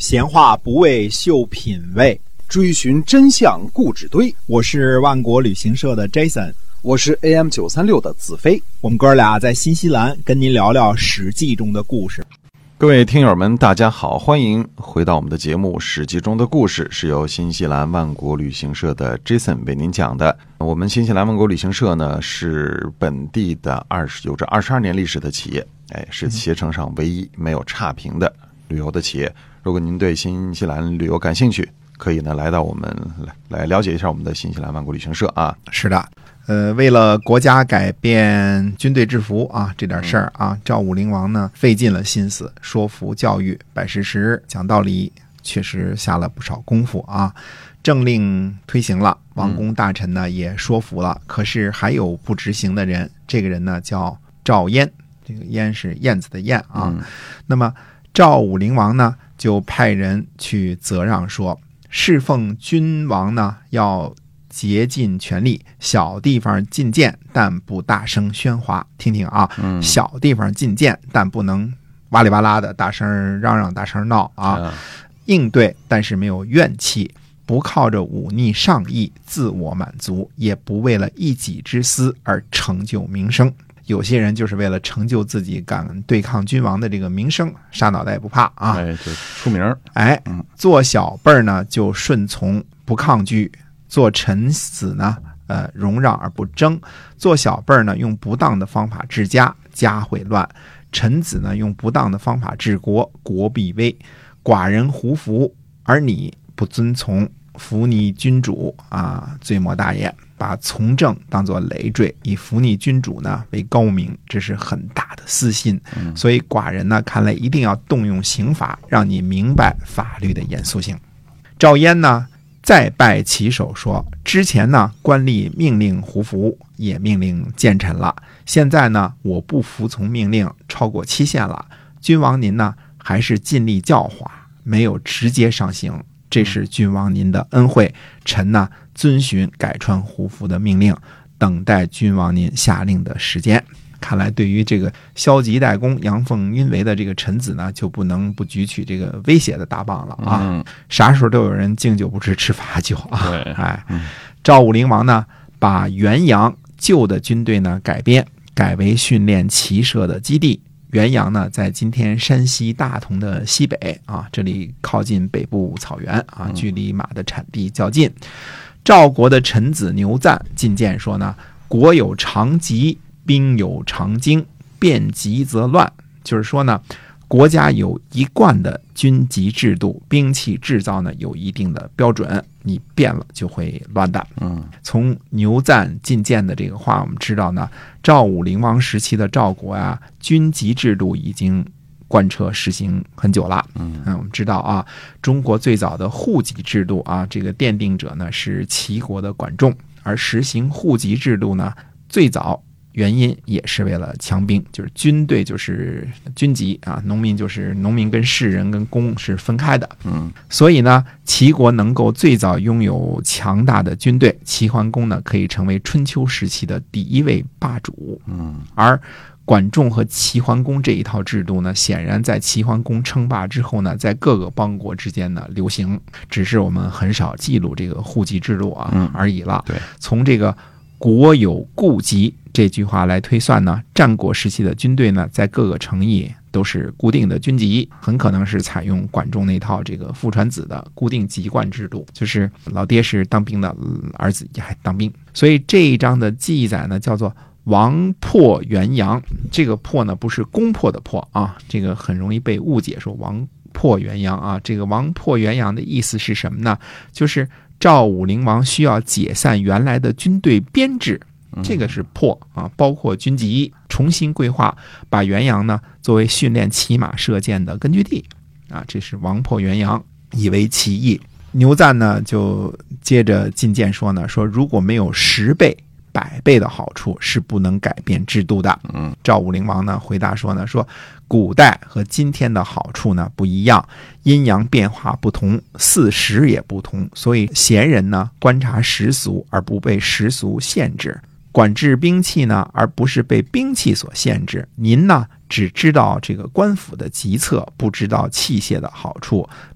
闲话不为秀品味， 追寻真相故纸堆。 我是万国旅行社的 Jason， 我是 AM936 的子飞。 我们哥俩在新西兰跟您聊聊史记中的故事。 各位听友们大家好，欢迎回到我们的节目《史记中的故事》，是由新西兰万国旅行社的 Jason 为您讲的。我们新西兰万国旅行社呢，是本地的有着22年历史的企业，是携程上唯一没有差评的旅游的企业。如果您对新西兰旅游感兴趣，可以呢来到我们来了解一下我们的新西兰万国旅行社啊。 是的，为了国家改变军队制服啊这点事儿啊，赵武灵王呢费尽了心思，说服教育，摆事实，讲道理，确实下了不少功夫啊。政令推行了，王公大臣呢也说服了，可是还有不执行的人，这个人呢叫赵燕，这个燕是燕子的燕啊。那么赵武灵王呢就派人去责让说，侍奉君王呢要竭尽全力，小地方进谏，但不大声喧哗。听听啊，小地方进谏，但不能哇里哇啦的大声嚷嚷、大声闹啊。应对，但是没有怨气，不靠着忤逆上意、自我满足，也不为了一己之私而成就名声。有些人就是为了成就自己敢对抗君王的这个名声，杀脑袋也不怕啊！ 就出名。 做小辈儿呢就顺从不抗拒，做臣子呢容让而不争。做小辈儿呢用不当的方法治家，家会乱；臣子呢用不当的方法治国，国必危。寡人胡服，而你不遵从，服逆君主啊，罪莫大焉。把从政当作累赘，以服逆君主呢为高明，这是很大的私心。所以寡人呢看来一定要动用刑法，让你明白法律的严肃性。赵燕呢再拜其手说，之前呢官吏命令胡服，也命令谏臣了，现在呢我不服从命令，超过期限了，君王您呢还是尽力教化，没有直接上刑，这是君王您的恩惠，臣呢遵循改穿胡服的命令，等待君王您下令的时间。看来对于这个消极怠工、阳奉阴违的这个臣子呢，就不能不举起这个威胁的大棒了啊！啥时候都有人敬酒不吃吃罚酒啊！赵武灵王呢，把元阳旧的军队呢改编，改为训练骑射的基地。元阳呢，在今天山西大同的西北啊，这里靠近北部草原啊，距离马的产地较近。赵国的臣子牛赞进谏说呢，国有常疾，兵有常经，变急则乱。就是说呢，国家有一贯的军级制度，兵器制造呢有一定的标准，你变了就会乱的。从牛赞进谏的这个话，我们知道呢，赵武灵王时期的赵国啊，军级制度已经贯彻实行很久了。我们知道啊，中国最早的户籍制度啊，这个奠定者呢是齐国的管仲，而实行户籍制度呢，最早原因也是为了强兵，就是军队就是军级啊，农民就是农民，跟士人跟公是分开的。所以呢，齐国能够最早拥有强大的军队，齐桓公呢可以成为春秋时期的第一位霸主。而管仲和齐桓公这一套制度呢，显然在齐桓公称霸之后呢，在各个邦国之间呢流行，只是我们很少记录这个户籍制度而已了。从这个国有固籍这句话来推算呢，战国时期的军队呢，在各个城邑都是固定的军籍，很可能是采用管仲那套这个父传子的固定籍贯制度，就是老爹是当兵的，儿子也还当兵。所以这一章的记载呢，叫做王破元阳。这个破呢，不是攻破的破啊，这个很容易被误解，说王破元阳啊。这个王破元阳的意思是什么呢？就是赵武灵王需要解散原来的军队编制，这个是破啊，包括军籍，重新规划，把元阳呢作为训练骑马射箭的根据地啊，这是王破元阳，以为其意。牛赞呢就接着进谏说呢，说如果没有10倍、100倍的好处，是不能改变制度的。赵武灵王呢回答说呢，说古代和今天的好处呢不一样，阴阳变化不同，4时也不同，所以贤人呢观察时俗而不被时俗限制，管制兵器呢而不是被兵器所限制。您呢只知道这个官府的急策，不知道器械的好处，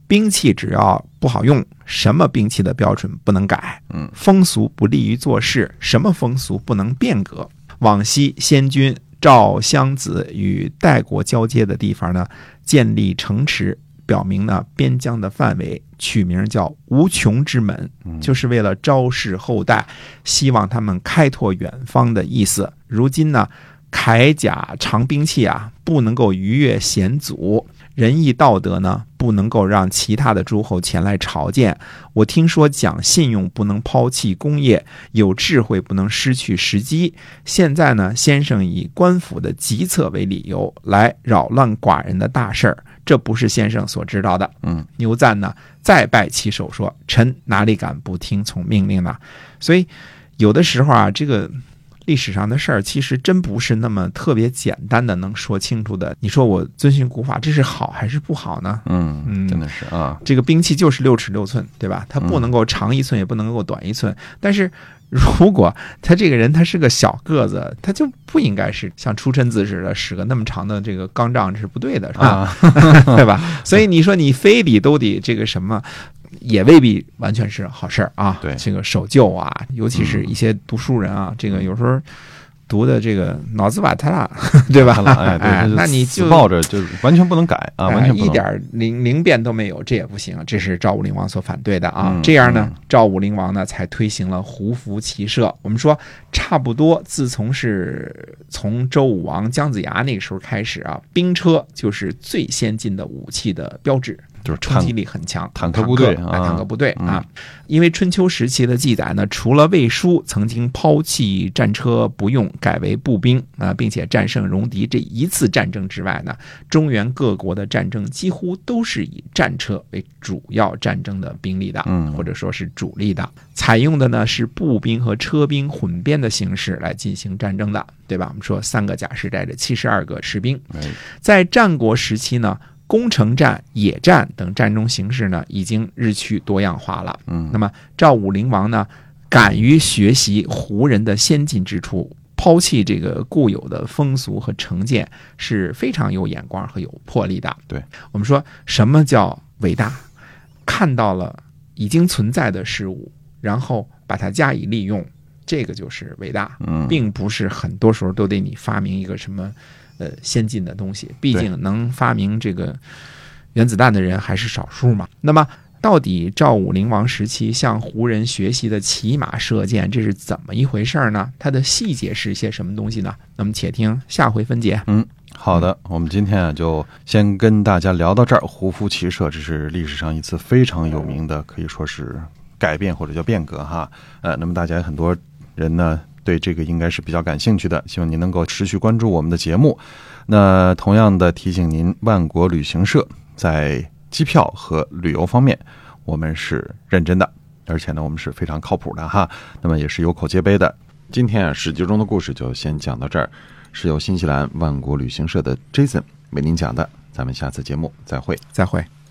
兵器只要不好用，什么兵器的标准不能改？风俗不利于做事，什么风俗不能变革？往昔先君赵襄子与代国交接的地方呢，建立城池，表明呢边疆的范围，取名叫无穷之门，就是为了昭示后代，希望他们开拓远方的意思。如今呢，铠甲长兵器啊，不能够逾越险阻，仁义道德呢，不能够让其他的诸侯前来朝见。我听说讲信用不能抛弃功业，有智慧不能失去时机。现在呢，先生以官府的急策为理由来扰乱寡人的大事儿，这不是先生所知道的。牛赞呢再拜其手说：“臣哪里敢不听从命令呢？”所以有的时候啊，这个历史上的事儿其实真不是那么特别简单的能说清楚的。你说我遵循古法，这是好还是不好呢？ 真的是啊， 这个兵器就是6尺6寸，对吧？它不能够长1寸，也不能够短1寸。但是如果他这个人他是个小个子，他就不应该是像出臣子似的使个那么长的这个钢杖，这是不对的，是吧？对吧？所以你说你非得都得这个什么，也未必完全是好事啊。 对， 这个守旧啊，尤其是一些读书人啊，这个有时候读的这个脑子瓦特拉，对吧？那你就抱着就完全不能改啊，完全不能一点灵变都没有，这也不行。这是赵武灵王所反对的啊。这样呢，赵武灵王呢才推行了胡服骑射。我们说差不多，自从周武王姜子牙那个时候开始啊，兵车就是最先进的武器的标志。就是冲击力很强， 坦克部队啊，因为春秋时期的记载呢，除了魏书曾经抛弃战车不用，改为步兵啊，并且战胜戎狄这一次战争之外呢，中原各国的战争几乎都是以战车为主要战争的兵力的，或者说是主力的，采用的呢是步兵和车兵混编的形式来进行战争的，对吧？我们说3个甲士带着72个士兵，在战国时期呢，攻城战、野战等战争形式呢，已经日趋多样化了。那么赵武灵王呢，敢于学习胡人的先进之处，抛弃这个固有的风俗和成见，是非常有眼光和有魄力的。 对， 我们说什么叫伟大？看到了已经存在的事物，然后把它加以利用，这个就是伟大。并不是很多时候都得你发明一个什么先进的东西，毕竟能发明这个原子弹的人还是少数嘛。那么到底赵武灵王时期向胡人学习的骑马射箭，这是怎么一回事呢？它的细节是些什么东西呢？那么且听下回分解。 好的，我们今天啊就先跟大家聊到这儿。胡服骑射，这是历史上一次非常有名的，可以说是改变或者叫变革哈。那么大家很多人呢对这个应该是比较感兴趣的，希望您能够持续关注我们的节目。那同样的提醒您，万国旅行社在机票和旅游方面，我们是认真的，而且呢我们是非常靠谱的哈。那么也是有口皆碑的。今天啊史记中的故事就先讲到这儿，是由新西兰万国旅行社的 Jason 为您讲的。咱们下次节目再会。